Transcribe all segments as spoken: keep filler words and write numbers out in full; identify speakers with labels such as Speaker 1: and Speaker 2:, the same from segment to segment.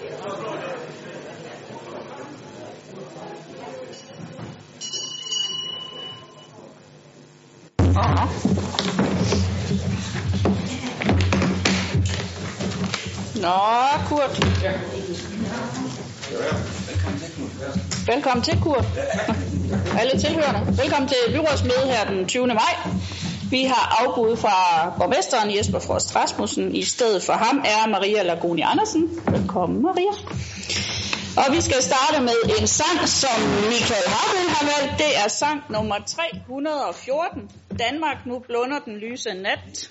Speaker 1: Aha. Nå, Kurt. Velkommen til, Kurt. Alle tilhørende. Velkommen til byrådsmøde her den tyvende maj. Vi har afbud fra borgmesteren Jesper Frost Rasmussen. I stedet for ham er Maria Lagoni Andersen. Velkommen, Maria. Og vi skal starte med en sang, som Michael Hartmann har valgt. Det er sang nummer tre hundrede og fjorten. Danmark, nu blunder den lyse nat.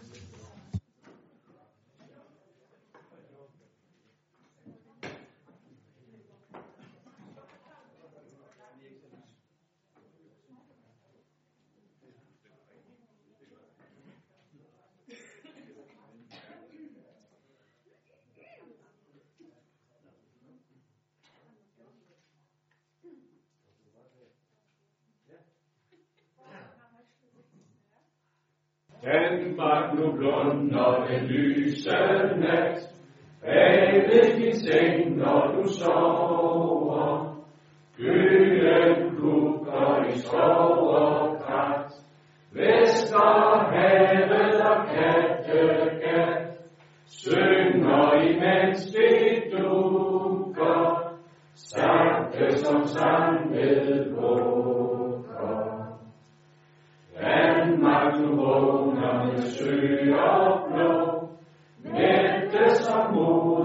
Speaker 2: Danmark, nu blunder den lyse nat. Bag din seng, når du sover. Gylden kukker i skov og krat. Vesterhavet og Kattegat synger imens det dukker. Sagte som sang med bukker. Danmark, du vågner med søer blå, mætte som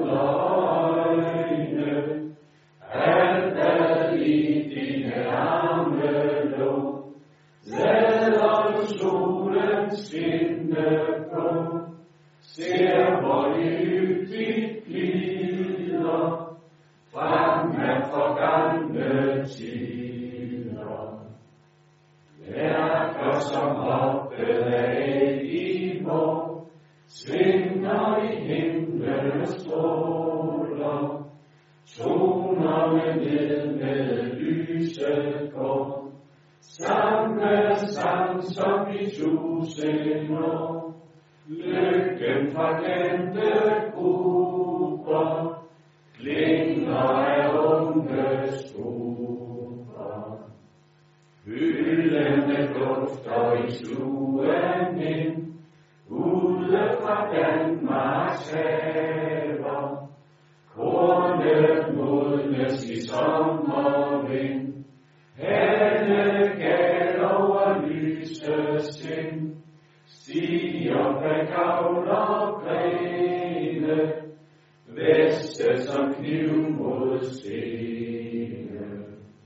Speaker 2: moderøjne. Alt hvad i dine arme lå, lader du solen skinne på. Ser hvor lydigt glider, frem af forgangne tider. Værker som hoppet af i vår, svinger i himlens stråler. Tonerne ned med lyset går, samme sang som i tusind år. Lykken fra glemte grupper, klinger af unge skruer. Hyldende dufter i stuen ind, ude fra Danmarks haver. Kornet modnes i sommervind, hannegal over lyse sind. Stiger bag gavl og grene, veste som kniv mod stene.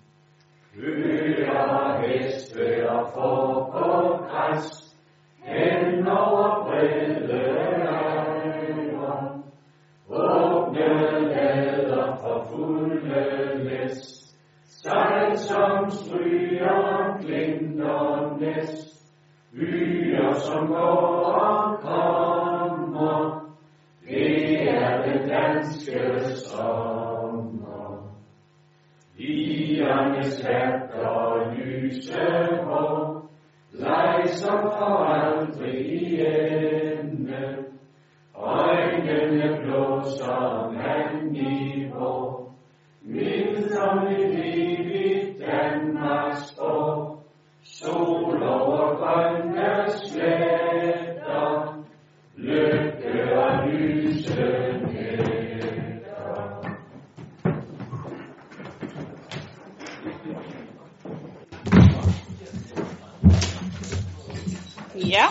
Speaker 2: Hører heste og får på græs, hen over brede ejre. Åbne lader for fulde læs, sejl som stryger klinter næst. Byer som går og kommer, det er den danske sommer. Ligernes hat og lyse hår, leg som for aldrig ende. Øjnene blå som vand i vår, minder mit liv i Danmarks år. Sol over grønne sletter, lykke og lyse nætter.
Speaker 1: Ja,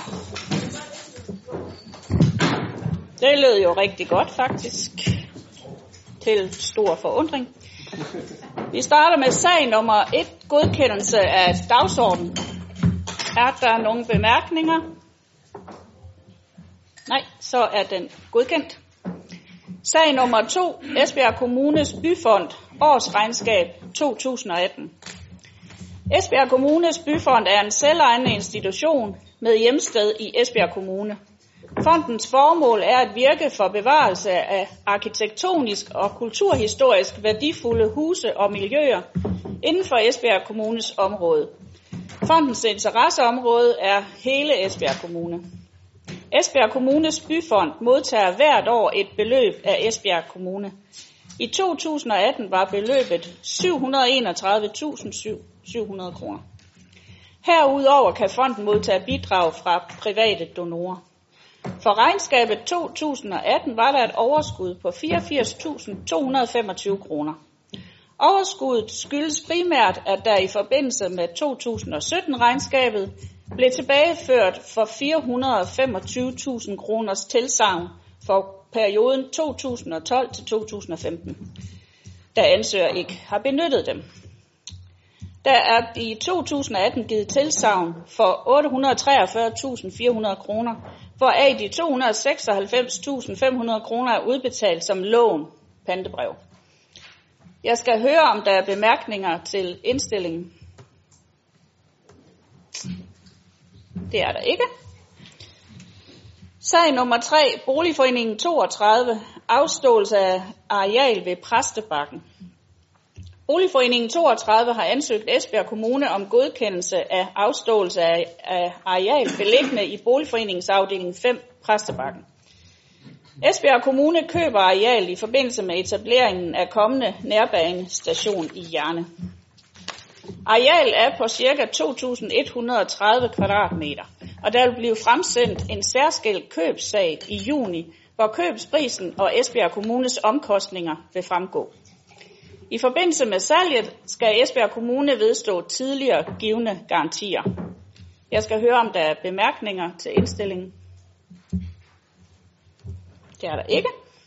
Speaker 1: det lød jo rigtig godt faktisk, til stor forundring. Vi starter med sag nummer et, godkendelse af dagsordenen. Er der nogle bemærkninger? Nej, så er den godkendt. Sag nummer to, Esbjerg Kommunes Byfond, årsregnskab to tusind og atten. Esbjerg Kommunes Byfond er en selvejende institution med hjemsted i Esbjerg Kommune. Fondens formål er at virke for bevarelse af arkitektonisk og kulturhistorisk værdifulde huse og miljøer inden for Esbjerg Kommunes område. Fondens interesseområde er hele Esbjerg Kommune. Esbjerg Kommunes Byfond modtager hvert år et beløb af Esbjerg Kommune. I to tusind og atten var beløbet syv hundrede og enogtredive tusind syv hundrede kroner. Herudover kan fonden modtage bidrag fra private donorer. For regnskabet to tusind og atten var der et overskud på fireogfirs tusind to hundrede og femogtyve kroner. Overskuddet skyldes primært, at der i forbindelse med to tusind og sytten regnskabet blev tilbageført for fire hundrede og femogtyve tusind kroners tilsagn for perioden to tusind og tolv til to tusind og femten, da ansøger ikke har benyttet dem. Der er i to tusind og atten givet tilsagn for otte hundrede og treogfyrre tusind fire hundrede kroner, hvoraf de to hundrede og seksoghalvfems tusind fem hundrede kroner er udbetalt som lån, pantebrev. Jeg skal høre, om der er bemærkninger til indstillingen. Det er der ikke. Sag nummer tre, Boligforeningen toogtredive, afståelse af areal ved Præstebakken. Boligforeningen toogtredive har ansøgt Esbjerg Kommune om godkendelse af afståelse af areal beliggende i Boligforeningens afdeling fem, Præstebakken. Esbjerg Kommune køber areal i forbindelse med etableringen af kommende nærbanestation i Jerne. Areal er på ca. to tusind et hundrede og tredive kvadratmeter, og der vil blive fremsendt en særskilt købssag i juni, hvor købsprisen og Esbjerg Kommunes omkostninger vil fremgå. I forbindelse med salget skal Esbjerg Kommune vedstå tidligere givne garantier. Jeg skal høre, om der er bemærkninger til indstillingen. Det er der ikke.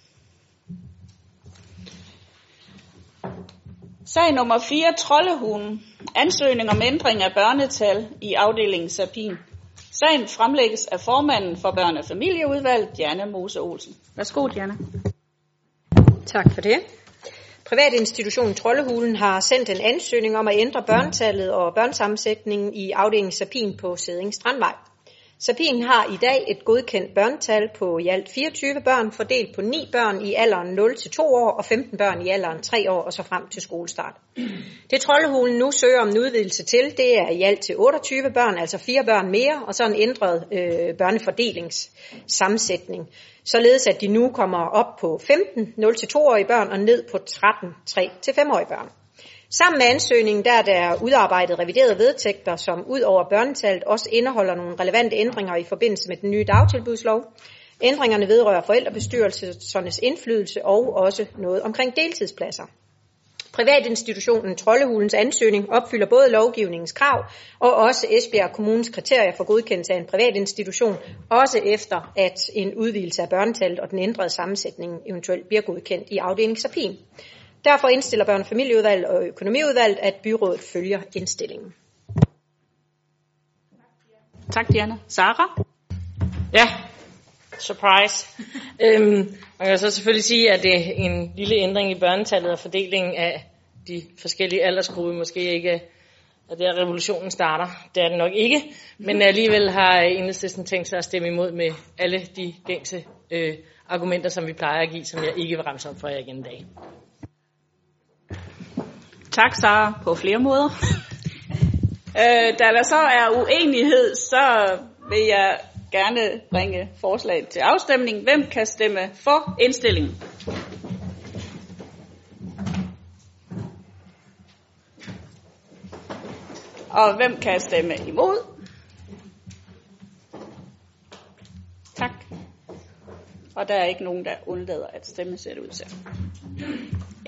Speaker 1: Sag nummer fire, Troldehulen. Ansøgning om ændring af børnetal i afdelingen Sapin. Sagen fremlægges af formanden for børne- og familieudvalget, Diana Mose Olsen. Værsgo, Diana.
Speaker 3: Tak for det. Privatinstitutionen Troldehulen har sendt en ansøgning om at ændre børnetallet og børnesammensætningen i afdelingen Sapin på Sædding Strandvej. Sapin har i dag et godkendt børnetal på i alt fireogtyve børn, fordelt på ni børn i alderen nul til to år og femten børn i alderen tre år og så frem til skolestart. Det Troldehulen nu søger om en udvidelse til, det er i alt til otteogtyve børn, altså fire børn mere, og så en ændret øh, børnefordelingssammensætning, således at de nu kommer op på femten nul til to-årige børn og ned på tretten tre til fem-årige børn. Sammen med ansøgningen der er der udarbejdet reviderede vedtægter, som ud over børnetallet også indeholder nogle relevante ændringer i forbindelse med den nye dagtilbudslov. Ændringerne vedrører forældrebestyrelsernes indflydelse og også noget omkring deltidspladser. Privatinstitutionen Troldehulens ansøgning opfylder både lovgivningens krav og også Esbjerg Kommunes kriterier for godkendelse af en privatinstitution, også efter at en udvidelse af børnetallet og den ændrede sammensætning eventuelt bliver godkendt i afdeling Sapin. Derfor indstiller børne- og familieudvalget og økonomiudvalget, at byrådet følger indstillingen.
Speaker 1: Tak, Diana. Sara?
Speaker 4: Ja, surprise. øhm, man kan så selvfølgelig sige, at det er en lille ændring i børnetallet og fordelingen af de forskellige aldersgrupper måske ikke er der revolutionen starter. Det er det nok ikke, men alligevel har Enhedslisten tænkt sig at stemme imod med alle de gængse øh, argumenter, som vi plejer at give, som jeg ikke vil ramse op for jer igen i dag.
Speaker 1: Tak, Sara, på flere måder. øh, da der så er uenighed, så vil jeg gerne bringe forslaget til afstemning. Hvem kan stemme for indstillingen? Og hvem kan stemme imod? Tak. Og der er ikke nogen, der undlader at stemme, ser det ud til. Ja.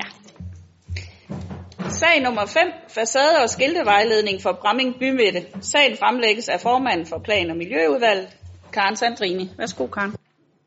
Speaker 1: Sag nummer fem, facade- og skiltevejledning for Bramming Bymidte. Sagen fremlægges af formanden for Plan- og Miljøudvalget, Karen Sandrini. Værsgo, Karen.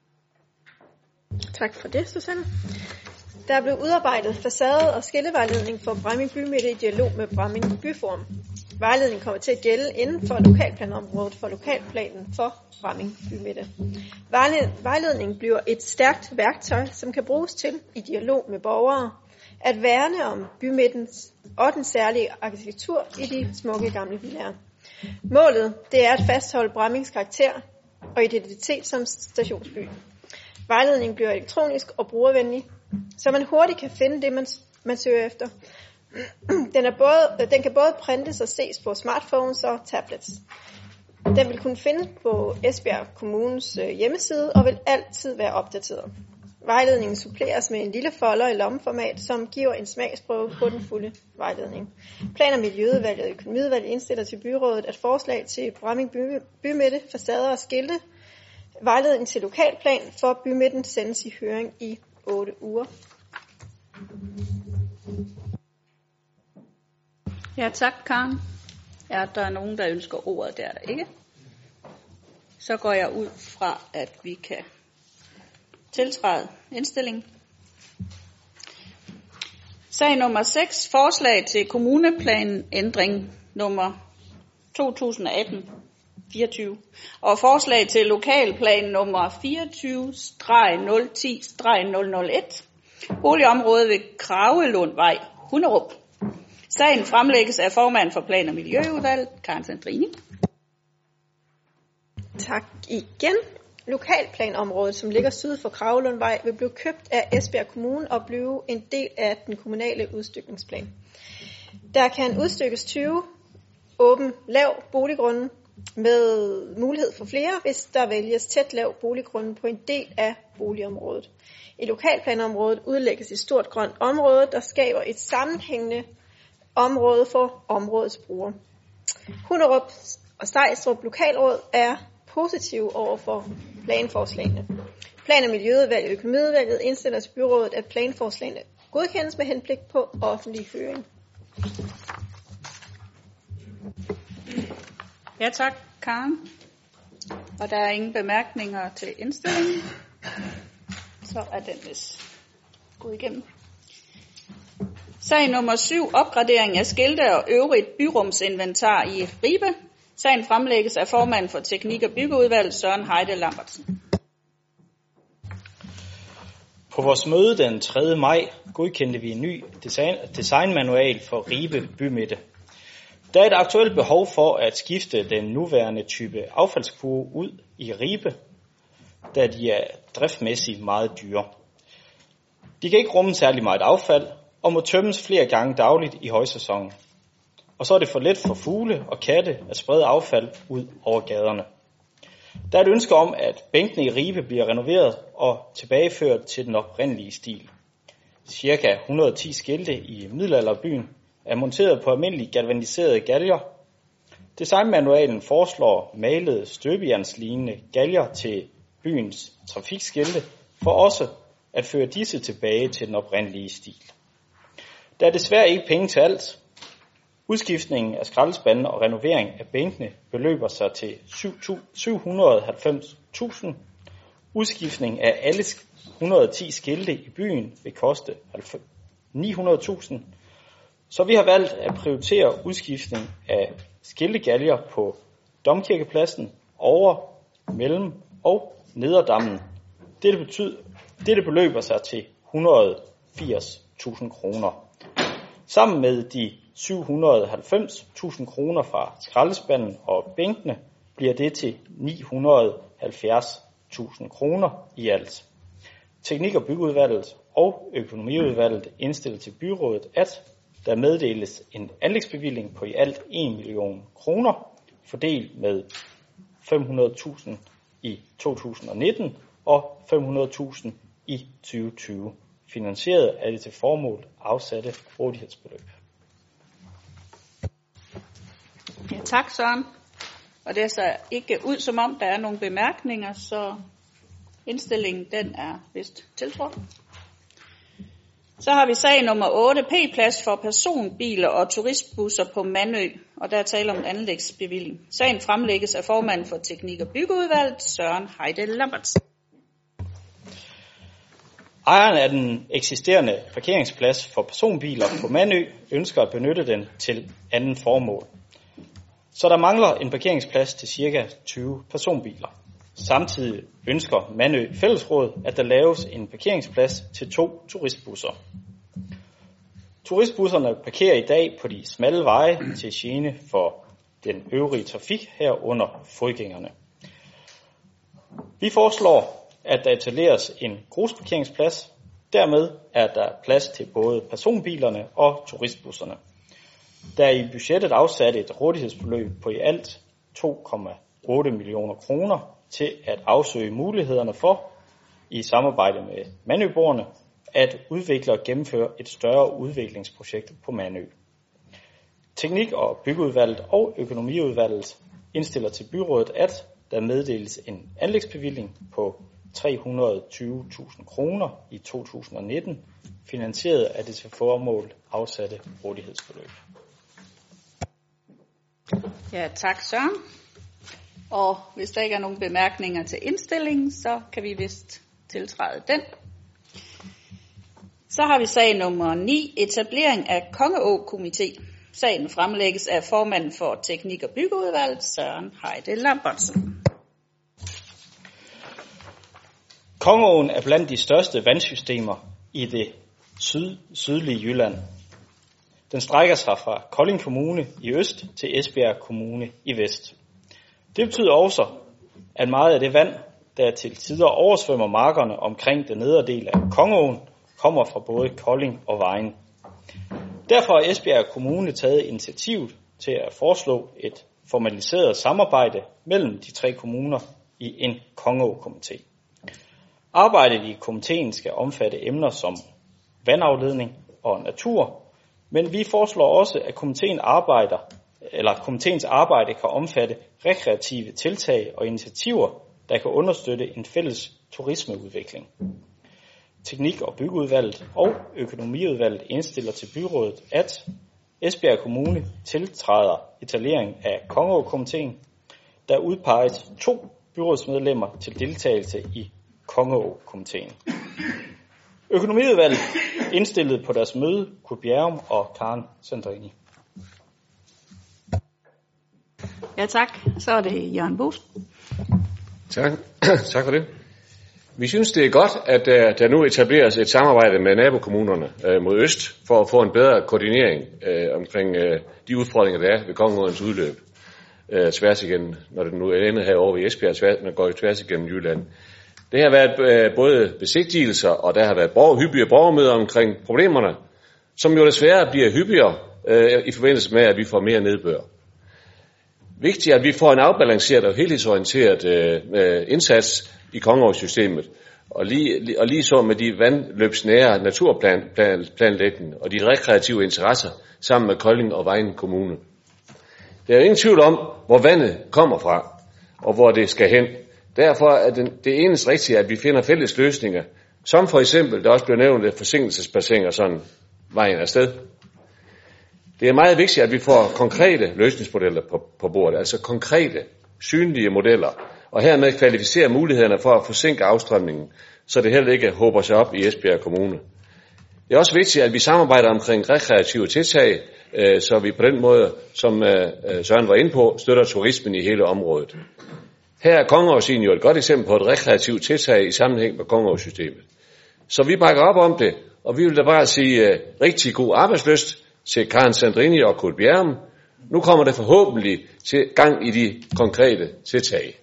Speaker 5: Tak for det, Susanne. Der blev udarbejdet facade- og skiltevejledning for Bramming Bymidte i dialog med Bramming Byforum. Vejledningen kommer til at gælde inden for lokalplanområdet for lokalplanen for Bramming Bymidte. Vejledningen bliver et stærkt værktøj, som kan bruges til i dialog med borgere at værne om bymidtens og den særlige arkitektur i de smukke gamle villaer. Målet det er at fastholde Brammings karakter og identitet som stationsby. Vejledningen bliver elektronisk og brugervenlig, så man hurtigt kan finde det, man, man søger efter. Den, er både, den kan både printes og ses på smartphones og tablets. Den vil kunne findes på Esbjerg Kommunes hjemmeside og vil altid være opdateret. Vejledningen suppleres med en lille folder i lommeformat, som giver en smagsprøve på den fulde vejledning. Plan- og Miljøudvalget og Økonomiudvalget indstiller til byrådet, at forslag til Bramming by, bymidte, facader og skilte, vejledning til lokalplan for bymidten sendes i høring i otte uger.
Speaker 1: Ja, tak, Karen. Er der nogen, der ønsker ordet? Det er der ikke. Så går jeg ud fra, at vi kan tiltræde indstillingen. Sag nummer seks. Forslag til kommuneplanændring nummer to tusind og atten fireogtyve og forslag til lokalplan nummer fireogtyve nul ti nul nul et. Boligområdet ved Kragelundvej, Hunderup. Sagen fremlægges af formand for Plan- og Miljøudvalget, Karen Sandrini.
Speaker 5: Tak igen. Lokalplanområdet, som ligger syd for Kragelundvej, vil blive købt af Esbjerg Kommune og blive en del af den kommunale udstykningsplan. Der kan udstykkes tyve åben lav boliggrunde med mulighed for flere, hvis der vælges tæt lav boliggrunde på en del af boligområdet. I lokalplanområdet udlægges et stort grønt område, der skaber et sammenhængende område for områdets brugere. Hunderup og Stejstrup Lokalråd er positive over for planforslagene. Plan- og Miljøudvalget og Økonomiudvalget indstiller til byrådet, at planforslagene godkendes med henblik på offentlig høring.
Speaker 1: Ja, tak, Karen. Og der er ingen bemærkninger til indstillingen. Så er den vist gået igennem. Sag nummer syv. Opgradering af skilte og øvrigt byrumsinventar i Ribe. Sagen fremlægges af formanden for Teknik- og Byggeudvalget, Søren Heide Lambertsen.
Speaker 6: På vores møde den tredje maj godkendte vi en ny design, designmanual for Ribe bymidte. Der er et aktuelt behov for at skifte den nuværende type affaldskurve ud i Ribe, da de er driftmæssigt meget dyre. De kan ikke rumme særlig meget affald og må tømmes flere gange dagligt i højsæsonen. Og så er det for let for fugle og katte at sprede affald ud over gaderne. Der er et ønske om, at bænkene i Ribe bliver renoveret og tilbageført til den oprindelige stil. Cirka et hundrede og ti skilte i middelalderbyen er monteret på almindelige galvaniserede galger. Designmanualen foreslår malede støbejernslignende galger til byens trafikskilte, for også at føre disse tilbage til den oprindelige stil. Der er desværre ikke penge til alt. Udskiftningen af skraldespanden og renovering af bænkene beløber sig til syv hundrede og halvfems tusind. Udskiftning af alle et hundrede og ti skilte i byen vil koste ni hundrede tusind. Så vi har valgt at prioritere udskiftning af skiltegalger på Domkirkepladsen, over, mellem og nederdammen. Dette, betyder, dette beløber sig til et hundrede og firs tusind kroner. Sammen med de syv hundrede og halvfems tusind kroner fra skraldespanden og bænkene bliver det til ni hundrede og halvfjerds tusind kroner i alt. Teknik- og Byggeudvalget og Økonomiudvalget indstiller til byrådet, at der meddeles en anlægsbevilling på i alt en million kroner, fordelt med fem hundrede tusind i to tusind og nitten og fem hundrede tusind i tyve tyve. Finansieret af det til formål afsatte rådighedsbeløb.
Speaker 1: Ja, tak, Søren. Og det ser ikke ud, som om der er nogle bemærkninger, så indstillingen den er vist tiltrådt. Så har vi sag nummer otte. P-plads for personbiler og turistbusser på Mandø, og der er tale om en anlægsbevilling. Sagen fremlægges af formanden for Teknik- og Byggeudvalget, Søren Heide Lambertsen.
Speaker 6: Ejeren af den eksisterende parkeringsplads for personbiler på Mandø ønsker at benytte den til anden formål. Så der mangler en parkeringsplads til ca. tyve personbiler. Samtidig ønsker Mandø Fællesråd, at der laves en parkeringsplads til to turistbusser. Turistbusserne parkerer i dag på de smalle veje til gene for den øvrige trafik herunder fodgængerne. Vi foreslår, at der etableres en grusparkeringsplads. Dermed er der plads til både personbilerne og turistbusserne. Der er i budgettet afsat et rådighedsbeløb på i alt to komma otte millioner kroner til at afsøge mulighederne for i samarbejde med Mandøboerne at udvikle og gennemføre et større udviklingsprojekt på Mandø. Teknik- og byggeudvalget og økonomiudvalget indstiller til byrådet, at der meddeles en anlægsbevilling på tre hundrede og tyve tusind kroner i to tusind og nitten, finansieret af det til formål afsatte rådighedsbeløb.
Speaker 1: Ja, tak Søren. Og hvis der ikke er nogen bemærkninger til indstillingen, så kan vi vist tiltræde den. Så har vi sag nummer ni, etablering af Kongeå-komité. Sagen fremlægges af formanden for Teknik- og Byggeudvalget, Søren Heide Lambertsen.
Speaker 6: Kongeåen er blandt de største vandsystemer i det syd, sydlige Jylland. Den strækker sig fra Kolding Kommune i øst til Esbjerg Kommune i vest. Det betyder også, at meget af det vand, der til tider oversvømmer markerne omkring den nedre del af Kongeåen, kommer fra både Kolding og Vejen. Derfor har Esbjerg Kommune taget initiativet til at foreslå et formaliseret samarbejde mellem de tre kommuner i en Kongeå-komité. Arbejdet i komiteen skal omfatte emner som vandafledning og natur, men vi foreslår også, at komiteen arbejder, eller komiteens arbejde kan omfatte rekreative tiltag og initiativer, der kan understøtte en fælles turismeudvikling. Teknik- og byggeudvalget og økonomiudvalget indstiller til byrådet, at Esbjerg Kommune tiltræder etablering af Kongeå-komiteen, der udpeges to byrådsmedlemmer til deltagelse i Kongeå-komiteen. Økonomiudvalget indstillede på deres møde Kurt Bjerrum og Karen Sandrini.
Speaker 1: Ja tak, så er det Jørgen Boos.
Speaker 7: Tak. tak for det. Vi synes, det er godt, at uh, der nu etableres et samarbejde med nabokommunerne uh, mod øst, for at få en bedre koordinering uh, omkring uh, de udfordringer, der er ved Kongeåens udløb. Uh, tværs igen, når det nu ender herovre i Esbjerg, tværs, man går tværs igennem Jylland. Det har været uh, både besigtigelser, og der har været borger, hyppige borgermøder omkring problemerne, som jo desværre bliver hyppigere uh, i forbindelse med, at vi får mere nedbør. Vigtigt er, at vi får en afbalanceret og helhedsorienteret uh, indsats i Kongeåsystemet, og lige, og lige så med de vandløbsnære naturplanlægning og de rekreative interesser sammen med Kolding og Vejen Kommune. Der er ingen tvivl om, hvor vandet kommer fra, og hvor det skal hen. Derfor er det, det eneste rigtige, at vi finder fælles løsninger, som for eksempel, der også blev nævnt et forsinkelsesbassin og sådan vejen afsted. Det er meget vigtigt, at vi får konkrete løsningsmodeller på, på bordet, altså konkrete, synlige modeller, og hermed kvalificere mulighederne for at forsinke afstrømningen, så det heller ikke håber sig op i Esbjerg Kommune. Det er også vigtigt, at vi samarbejder omkring rekreative tiltag, øh, så vi på den måde, som øh, Søren var inde på, støtter turismen i hele området. Her er Kongeåsien jo et godt eksempel på et rekreativt tiltag i sammenhæng med Kongeåsystemet. Så vi bakker op om det, og vi vil da bare sige øh, rigtig god arbejdslyst til Karen Sandrini og Kurt Bjerrum. Nu kommer det forhåbentlig til gang i de konkrete tiltag.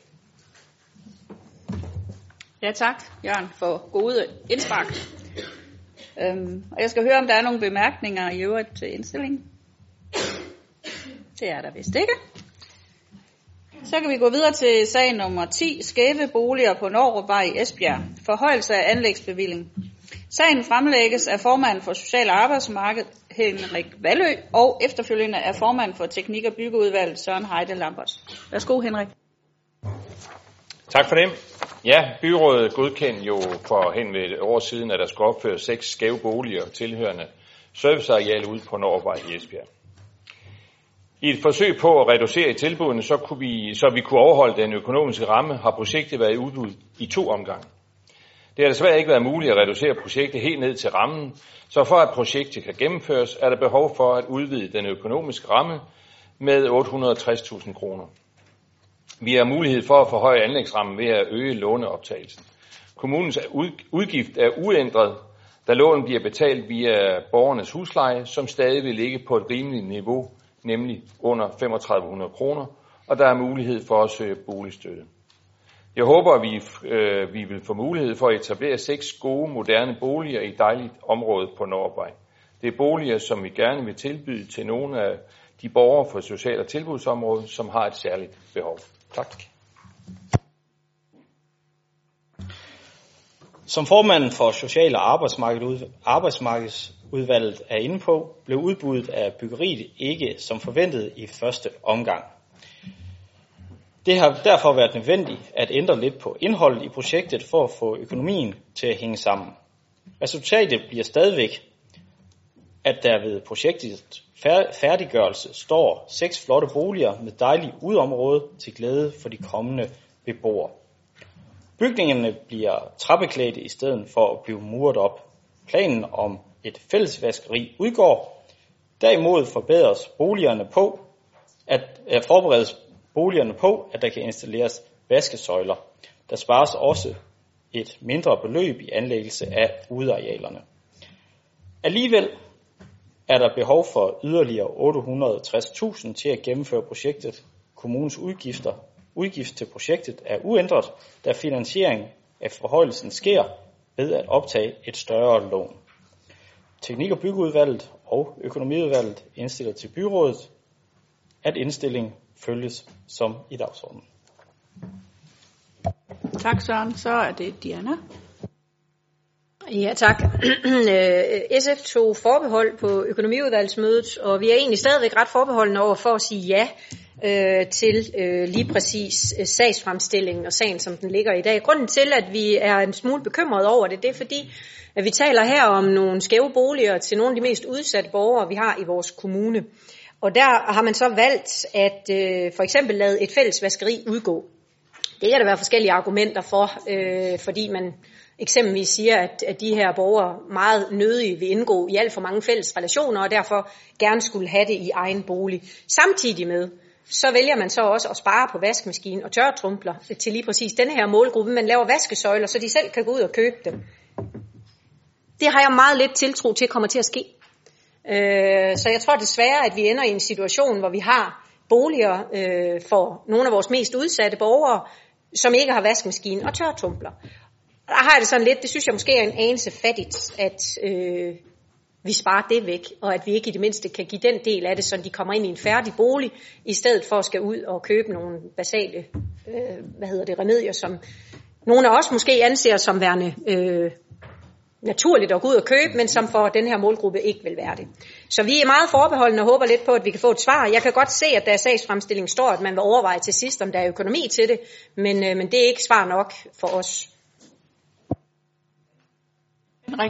Speaker 1: Ja tak, Jørgen, for gode indspark. Øhm, og jeg skal høre, om der er nogle bemærkninger i øvrigt til indstillingen. Det er der vist ikke. Så kan vi gå videre til sag nummer ti, skæve boliger på Nårupvej i Esbjerg. Forhøjelse af anlægsbevilling. Sagen fremlægges af formanden for Social- og Arbejdsmarked, Henrik Valø, og efterfølgende af formanden for Teknik- og Byggeudvalget, Søren Heide Lambertsen. Værsgo, Henrik.
Speaker 8: Tak for det. Ja, byrådet godkendte jo for hen ved et år siden, at der skulle opføres seks skæve boliger tilhørende serviceareal ude på Nårupvej i Esbjerg. I et forsøg på at reducere i tilbudene, så, kunne vi, så vi kunne overholde den økonomiske ramme, har projektet været i udbud i to omgange. Det har desværre ikke været muligt at reducere projektet helt ned til rammen, så for at projektet kan gennemføres, er der behov for at udvide den økonomiske ramme med otte hundrede og tres tusind kroner. Vi har mulighed for at forhøje anlægsrammen ved at øge låneoptagelsen. Kommunens udgift er uændret, da lånen bliver betalt via borgernes husleje, som stadig vil ligge på et rimeligt niveau, nemlig under tre tusind fem hundrede kroner, og der er mulighed for at søge boligstøtte. Jeg håber, at vi, øh, vi vil få mulighed for at etablere seks gode, moderne boliger i et dejligt område på Nårupvej. Det er boliger, som vi gerne vil tilbyde til nogle af de borgere fra social- og tilbudsområdet, som har et særligt behov. Tak.
Speaker 6: Som formanden for Social- og Arbejdsmarkedsudvalget er inde på, blev udbuddet af byggeriet ikke som forventet i første omgang. Det har derfor været nødvendigt at ændre lidt på indholdet i projektet for at få økonomien til at hænge sammen. Resultatet bliver stadigvæk, at der ved projektets færdiggørelse står seks flotte boliger med dejligt udområde til glæde for de kommende beboere. Bygningerne bliver trappeklædte i stedet for at blive muret op. Planen om et fællesvaskeri udgår. Derimod forbedres boligerne på, at, at forberedes boligerne på, at der kan installeres vaskesøjler. Der spares også et mindre beløb i anlæggelse af udearealerne. Alligevel er der behov for yderligere otte hundrede og tres tusind til at gennemføre projektet. Kommunens udgifter, udgift til projektet er uændret, da finansiering af forhøjelsen sker ved at optage et større lån. Teknik- og byggeudvalget og økonomiudvalget indstiller til byrådet, at indstillingen følges som i dagsordenen.
Speaker 1: Tak, Søren. Så er det Diana.
Speaker 3: Ja, tak. S F tog forbehold på økonomiudvalgsmødet, og vi er egentlig stadigvæk ret forbeholdende over for at sige ja øh, til øh, lige præcis øh, sagsfremstillingen og sagen, som den ligger i dag. Grunden til, at vi er en smule bekymrede over det, det er fordi, at vi taler her om nogle skæve boliger til nogle af de mest udsatte borgere, vi har i vores kommune. Og der har man så valgt at øh, for eksempel lade et fælles vaskeri udgå. Det kan der være forskellige argumenter for, øh, fordi man eksempelvis siger, at, at de her borgere meget nødige vil indgå i alt for mange fælles relationer, og derfor gerne skulle have det i egen bolig. Samtidig med, så vælger man så også at spare på vaskemaskinen og tørretrumpler til lige præcis denne her målgruppe. Man laver vaskesøjler, så de selv kan gå ud og købe dem. Det har jeg meget lidt tiltro til kommer til at ske. Øh, så jeg tror desværre, at vi ender i en situation, hvor vi har boliger øh, for nogle af vores mest udsatte borgere, som ikke har vaskemaskine og tørretumbler. Der har jeg det sådan lidt, det synes jeg måske er en anelse fattigt, at øh, vi sparer det væk, og at vi ikke i det mindste kan give den del af det, så de kommer ind i en færdig bolig, i stedet for at skal ud og købe nogle basale øh, hvad hedder det, remedier, som nogle af os måske anser som værende øh, naturligt at gå ud og købe, men som for den her målgruppe ikke vil være det. Så vi er meget forbeholdende og håber lidt på, at vi kan få et svar. Jeg kan godt se, at der er sagsfremstilling står, at man vil overveje til sidst, om der er økonomi til det, men, øh, men det er ikke svar nok for os.
Speaker 1: Henrik.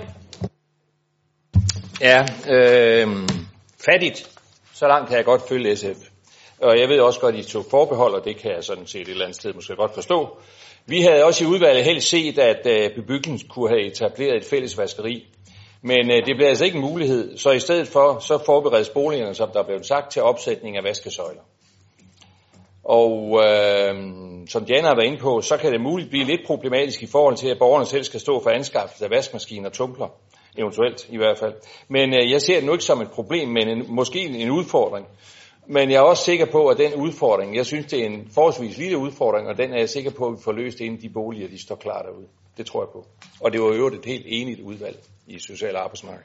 Speaker 8: Ja, øh, fattigt. Så langt kan jeg godt følge S F. Og jeg ved også godt, at I tog forbehold, og det kan jeg sådan set et eller andet sted måske godt forstå. Vi havde også i udvalget helst set, at bebyggelsen kunne have etableret et fælles vaskeri. Men det blev altså ikke en mulighed, så i stedet for, så forberedes boligerne, som der blev sagt, til opsætning af vaskesøjler. Og øh, som Diana har været inde på, så kan det muligt blive lidt problematisk i forhold til, at borgerne selv skal stå for anskaffelse af vaskemaskiner og tumbler, eventuelt i hvert fald. Men øh, jeg ser det nu ikke som et problem, men en, måske en udfordring. Men jeg er også sikker på, at den udfordring, jeg synes, det er en forholdsvis lille udfordring, og den er jeg sikker på, at vi får løst inden de boliger, de står klar derude. Det tror jeg på. Og det var jo et helt enigt udvalg i Social- og Arbejdsmarked.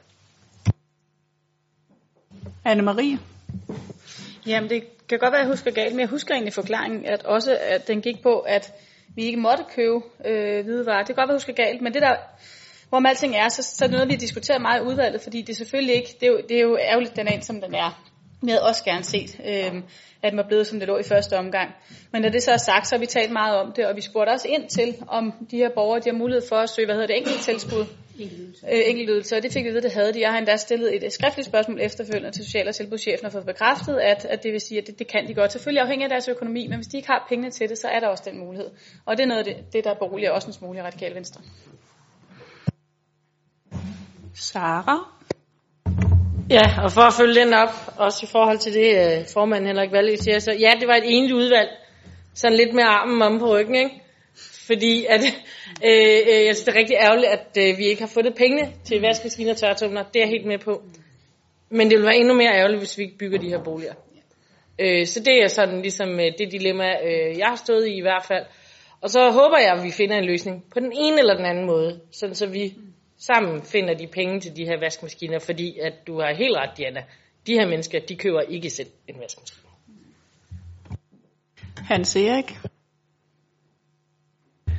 Speaker 1: Anne-Marie.
Speaker 9: Jamen, det kan godt være, at jeg husker galt, men jeg husker egentlig forklaringen, at også at den gik på, at vi ikke måtte købe øh, hvidevarer. Det kan godt være, at jeg husker galt, men det der, hvorom alting er, så, så er det noget, vi har diskuteret meget i udvalget, fordi det selvfølgelig ikke, det er jo, det er jo ærgerligt, den er en, som den er. Vi havde også gerne set, øh, at den var blevet, som det lå i første omgang. Men når det så er sagt, så har vi talt meget om det, og vi spurgte også ind til, om de her borgere, de har mulighed for at søge, hvad hedder det, enkelt tilskud. Øh, enkeltydelse, og det fik vi ved, det havde de. Jeg har endda stillet et skriftligt spørgsmål efterfølgende til social- og tilbudschefen og fået bekræftet, at, at det vil sige, at det, det kan de godt. Selvfølgelig afhængig af deres økonomi, men hvis de ikke har pengene til det, så er der også den mulighed. Og det er noget af det, det der er bolig, også en smule i Radikale Venstre.
Speaker 1: Sara.
Speaker 4: Ja, og for at følge den op, også i forhold til det, uh, formanden Henrik Valø siger, så ja, det var et enigt udvalg, sådan lidt med armen om på ryggen, ikke? Fordi at, øh, jeg synes, det er rigtig ærgerligt, at øh, vi ikke har fundet pengene til vaskemaskiner og tørretumbler. Det er jeg helt med på. Men det vil være endnu mere ærgerligt, hvis vi ikke bygger de her boliger. Øh, så det er sådan ligesom øh, det dilemma, øh, jeg har stået i i hvert fald. Og så håber jeg, at vi finder en løsning på den ene eller den anden måde, sådan så vi sammen finder de penge til de her vaskemaskiner, fordi at du har helt ret, Diana. De her mennesker, de køber ikke selv en vaskemaskine.
Speaker 1: Hans Erik.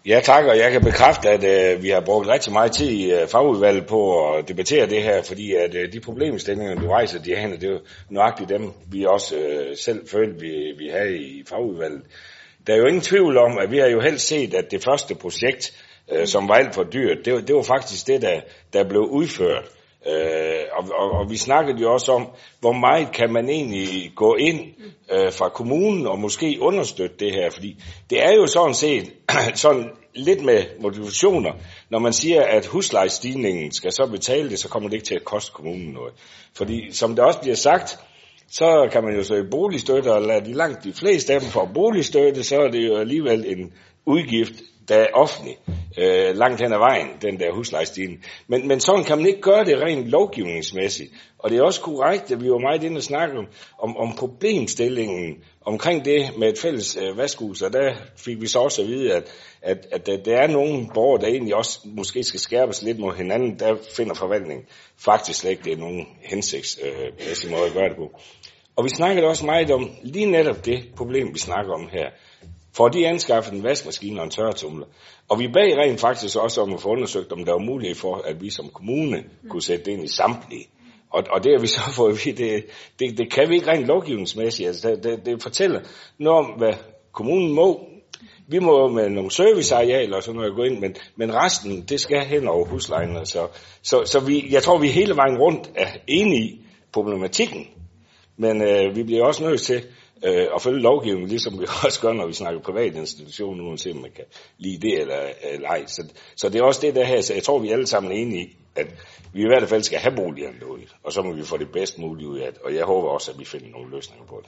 Speaker 10: Ja, tak, og jeg kan bekræfte, at øh, vi har brugt rigtig meget tid i øh, fagudvalget på at debattere det her, fordi at øh, de problemstillinger, du rejser, Diana, det er jo nøjagtigt dem, vi også øh, selv følte, vi, vi havde i fagudvalget. Der er jo ingen tvivl om, at vi har jo helst set, at det første projekt, øh, som var alt for dyrt, det var, det var faktisk det, der, der blev udført. Øh, og, og, og vi snakkede jo også om, hvor meget kan man egentlig gå ind øh, fra kommunen og måske understøtte det her, fordi det er jo sådan set sådan lidt med motivationer, når man siger, at huslejestigningen skal så betale det, så kommer det ikke til at koste kommunen noget. Fordi som det også bliver sagt, så kan man jo søge boligstøtte, og lade de langt de fleste af dem få boligstøtte, så er det jo alligevel en udgift, der er offentlig, øh, langt hen ad vejen, den der huslejestigning. Men, men sådan kan man ikke gøre det rent lovgivningsmæssigt. Og det er også korrekt, at vi var meget inde og snakke om, om, om problemstillingen omkring det med et fælles øh, vaskehus, og der fik vi så også at vide, at, at, at der, der er nogle borgere, der egentlig også måske skal skærpes lidt mod hinanden. Der finder forvaltningen faktisk slet ikke, det er nogen hensigtsmæssig øh, måde at gøre det på. Og vi snakkede også meget om lige netop det problem, vi snakker om her. For de anskaffede en vaskemaskine og en tørretumler. Og vi bag rent faktisk også om at få undersøgt, om der var mulighed for, at vi som kommune kunne sætte det ind i samtlige. Og, og det har vi så fået, det, det, det kan vi ikke rent lovgivningsmæssigt. Altså det, det, det fortæller noget om, hvad kommunen må. Vi må med nogle servicearealer og sådan noget gå ind, men, men resten, det skal hen over huslejen. Så, så, så vi, jeg tror, vi hele vejen rundt er enige i problematikken. Men øh, vi bliver også nødt til øh, at følge lovgivningen, ligesom vi også gør, når vi snakker private institutioner, uanset om man kan lide det eller, eller ej. Så, så det er også det der her, så jeg tror, vi alle sammen er enige i, at vi i hvert fald skal have boligerne derude, og så må vi få det bedst muligt ud af det. Og jeg håber også, at vi finder nogle løsninger på det.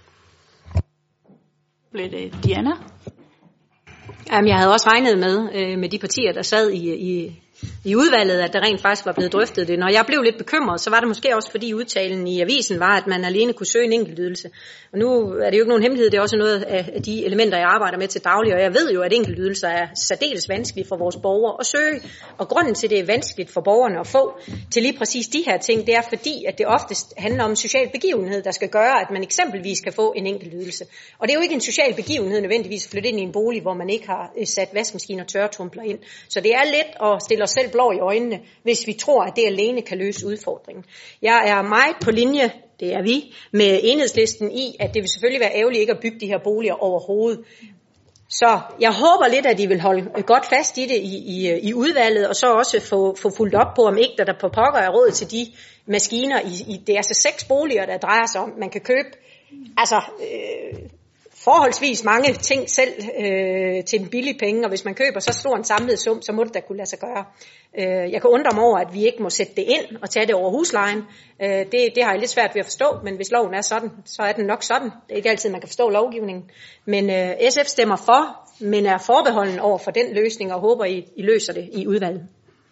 Speaker 1: Blev det Diana?
Speaker 3: Jamen, jeg havde også regnet med, øh, med de partier, der sad i, i, i udvalget, at der rent faktisk var blevet drøftet det. Når jeg blev lidt bekymret, så var det måske også, fordi udtalen i avisen var, at man alene kunne søge en enkelt ydelse. Og nu er det jo ikke nogen hemmelighed, det er også noget af de elementer, jeg arbejder med til daglig, og jeg ved jo, at enkelt ydelser er særdeles vanskeligt for vores borgere at søge. Og grunden til, det er vanskeligt for borgerne at få til lige præcis de her ting, det er fordi, at det oftest handler om en social begivenhed, der skal gøre, at man eksempelvis kan få en enkelt ydelse. Og det er jo ikke en social begivenhed nødvendigvis at flytte ind i en bolig, hvor man ikke har sat vaskemaskiner og tørretumbler ind. Så det er let at stille os selv blå i øjnene, hvis vi tror, at det alene kan løse udfordringen. Jeg er meget på linje, det er vi, med Enhedslisten i, at det vil selvfølgelig være ærgerligt ikke at bygge de her boliger overhovedet. Så jeg håber lidt, at I vil holde godt fast i det i, i, i udvalget, og så også få, få fulgt op på, om ikke der, der på pokker er råd til de maskiner. I, i, det er altså seks boliger, der drejer sig om. Man kan købe altså, øh, forholdsvis mange ting selv øh, til en billig penge, og hvis man køber så stor en samlet sum, så må det da kunne lade sig gøre. Øh, jeg kan undre mig over, at vi ikke må sætte det ind og tage det over huslejen. Øh, det, det har jeg lidt svært ved at forstå, men hvis loven er sådan, så er den nok sådan. Det er ikke altid, man kan forstå lovgivningen. Men øh, S F stemmer for, men er forbeholden over for den løsning, og håber, I, I løser det i udvalget.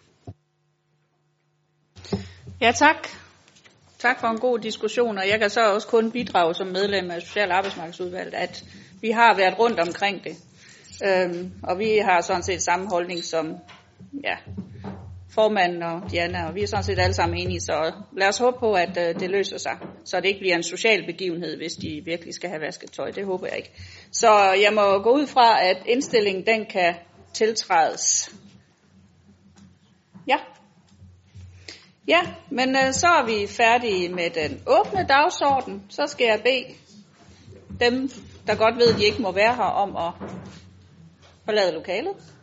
Speaker 1: Ja, tak. Tak for en god diskussion, og jeg kan så også kun bidrage som medlem af Social- og Arbejdsmarkedsudvalget, at vi har været rundt omkring det. Øhm, og vi har sådan set samme holdning som ja, formanden og Diana, og vi er sådan set alle sammen enige, så lad os håbe på, at øh, det løser sig, så det ikke bliver en social begivenhed, hvis de virkelig skal have vasket tøj. Det håber jeg ikke. Så jeg må gå ud fra, at indstillingen den kan tiltrædes. Ja. Ja, men øh, så er vi færdige med den åbne dagsorden. Så skal jeg bede dem, der godt ved, at de ikke må være her, om at forlade lokalet.